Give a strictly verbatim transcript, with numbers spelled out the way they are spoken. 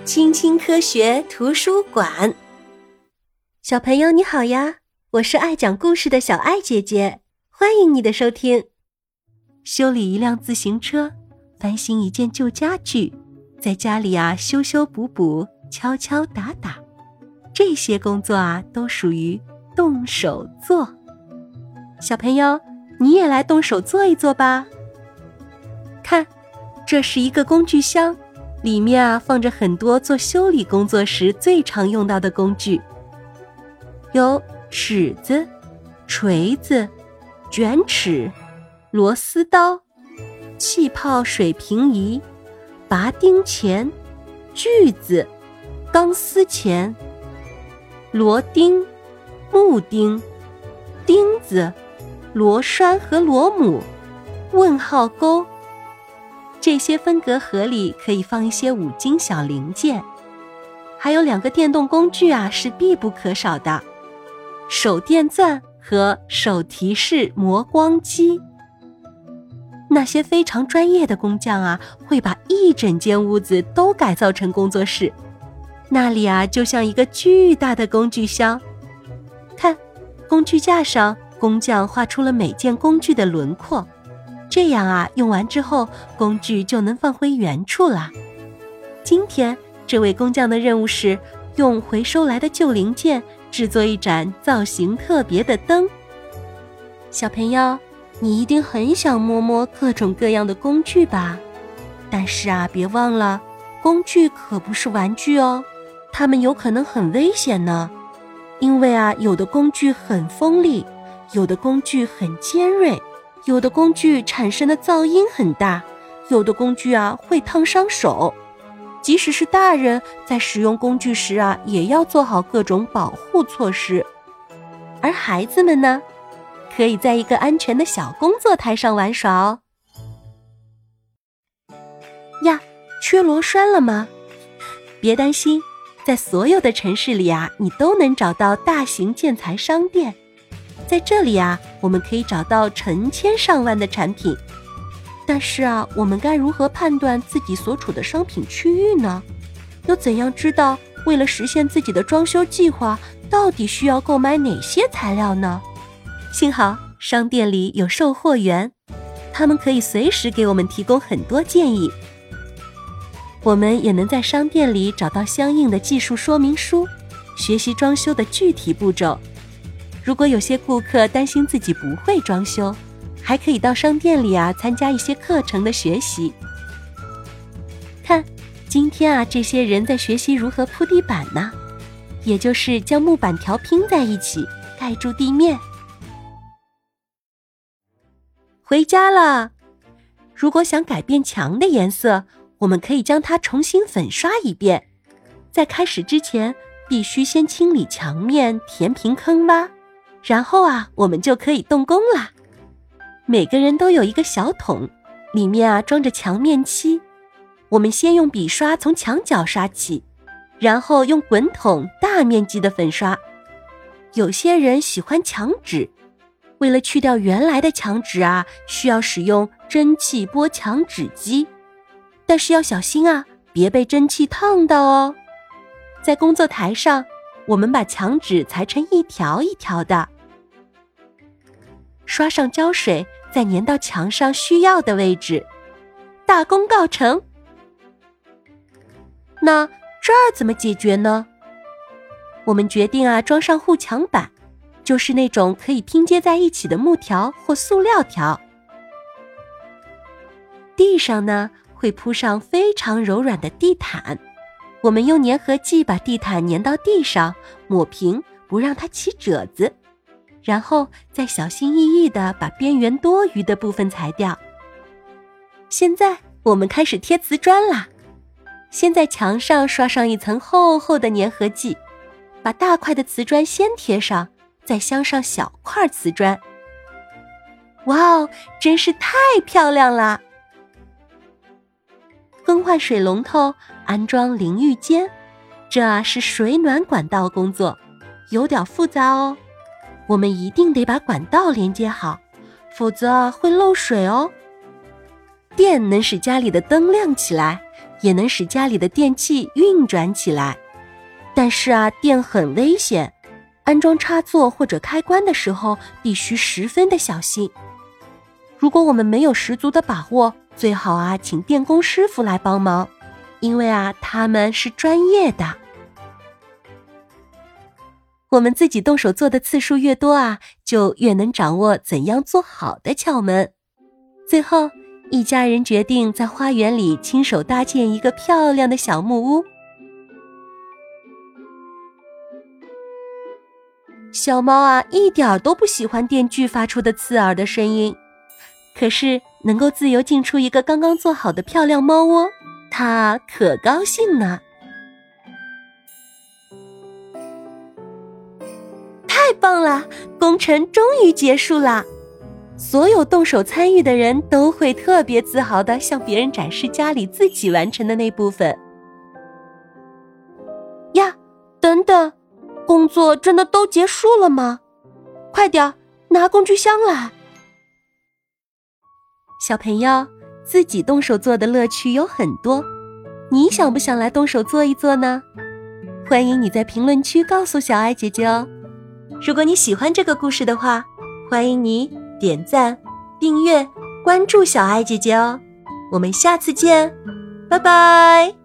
青青科学图书馆。小朋友你好呀，我是爱讲故事的小爱姐姐，欢迎你的收听。修理一辆自行车，翻新一件旧家具，在家里啊修修补补，敲敲打打，这些工作啊都属于动手做。小朋友，你也来动手做一做吧。看，这是一个工具箱，里面啊放着很多做修理工作时最常用到的工具，有尺子、锤子、卷尺、螺丝刀、气泡水平仪、拔钉钳、锯子、钢丝钳、螺钉、木钉、钉子、螺栓和螺母、问号钩。这些分隔盒里可以放一些五金小零件，还有两个电动工具啊是必不可少的，手电钻和手提式磨光机。那些非常专业的工匠啊，会把一整间屋子都改造成工作室，那里啊就像一个巨大的工具箱。看，工具架上工匠画出了每件工具的轮廓，这样啊，用完之后，工具就能放回原处啦。今天，这位工匠的任务是用回收来的旧零件制作一盏造型特别的灯。小朋友，你一定很想摸摸各种各样的工具吧？但是啊，别忘了，工具可不是玩具哦，它们有可能很危险呢。因为啊，有的工具很锋利，有的工具很尖锐，有的工具产生的噪音很大，有的工具啊会烫伤手。即使是大人在使用工具时啊，也要做好各种保护措施。而孩子们呢，可以在一个安全的小工作台上玩耍哦。呀，缺螺栓了吗？别担心，在所有的城市里啊，你都能找到大型建材商店。在这里啊，我们可以找到成千上万的产品。但是啊，我们该如何判断自己所处的商品区域呢？又怎样知道为了实现自己的装修计划，到底需要购买哪些材料呢？幸好商店里有售货员，他们可以随时给我们提供很多建议。我们也能在商店里找到相应的技术说明书，学习装修的具体步骤。如果有些顾客担心自己不会装修，还可以到商店里啊参加一些课程的学习。看，今天啊这些人在学习如何铺地板呢，也就是将木板条拼在一起，盖住地面。回家了。如果想改变墙的颜色，我们可以将它重新粉刷一遍。在开始之前，必须先清理墙面，填平坑洼。然后啊，我们就可以动工啦。每个人都有一个小桶，里面啊装着墙面漆。我们先用笔刷从墙角刷起，然后用滚筒大面积的粉刷。有些人喜欢墙纸，为了去掉原来的墙纸啊，需要使用蒸汽拨墙纸机。但是要小心啊，别被蒸汽烫到哦。在工作台上，我们把墙纸裁成一条一条的，刷上胶水，再粘到墙上需要的位置，大功告成。那这儿怎么解决呢？我们决定啊，装上护墙板，就是那种可以拼接在一起的木条或塑料条。地上呢，会铺上非常柔软的地毯。我们用粘合剂把地毯粘到地上，抹平，不让它起褶子。然后再小心翼翼地把边缘多余的部分裁掉。现在我们开始贴瓷砖啦。先在墙上刷上一层厚厚的粘合剂，把大块的瓷砖先贴上，再镶上小块瓷砖。哇哦，真是太漂亮了！更换水龙头，安装淋浴间，这是水暖管道工作，有点复杂哦。我们一定得把管道连接好，否则会漏水哦。电能使家里的灯亮起来， 也能使家里的电器运转起来。但是啊，电很危险，安装插座或者开关的时候必须十分的小心。如果我们没有十足的把握，最好啊请电工师傅来帮忙，因为啊他们是专业的。我们自己动手做的次数越多啊，就越能掌握怎样做好的窍门。最后，一家人决定在花园里亲手搭建一个漂亮的小木屋。小猫啊，一点儿都不喜欢电锯发出的刺耳的声音，可是能够自由进出一个刚刚做好的漂亮猫窝，它可高兴呢。太棒了，工程终于结束了！所有动手参与的人都会特别自豪地向别人展示家里自己完成的那部分。呀，等等，工作真的都结束了吗？快点，拿工具箱来！小朋友，自己动手做的乐趣有很多，你想不想来动手做一做呢？欢迎你在评论区告诉小爱姐姐哦。如果你喜欢这个故事的话，欢迎你点赞、订阅、关注小爱姐姐哦。我们下次见，拜拜。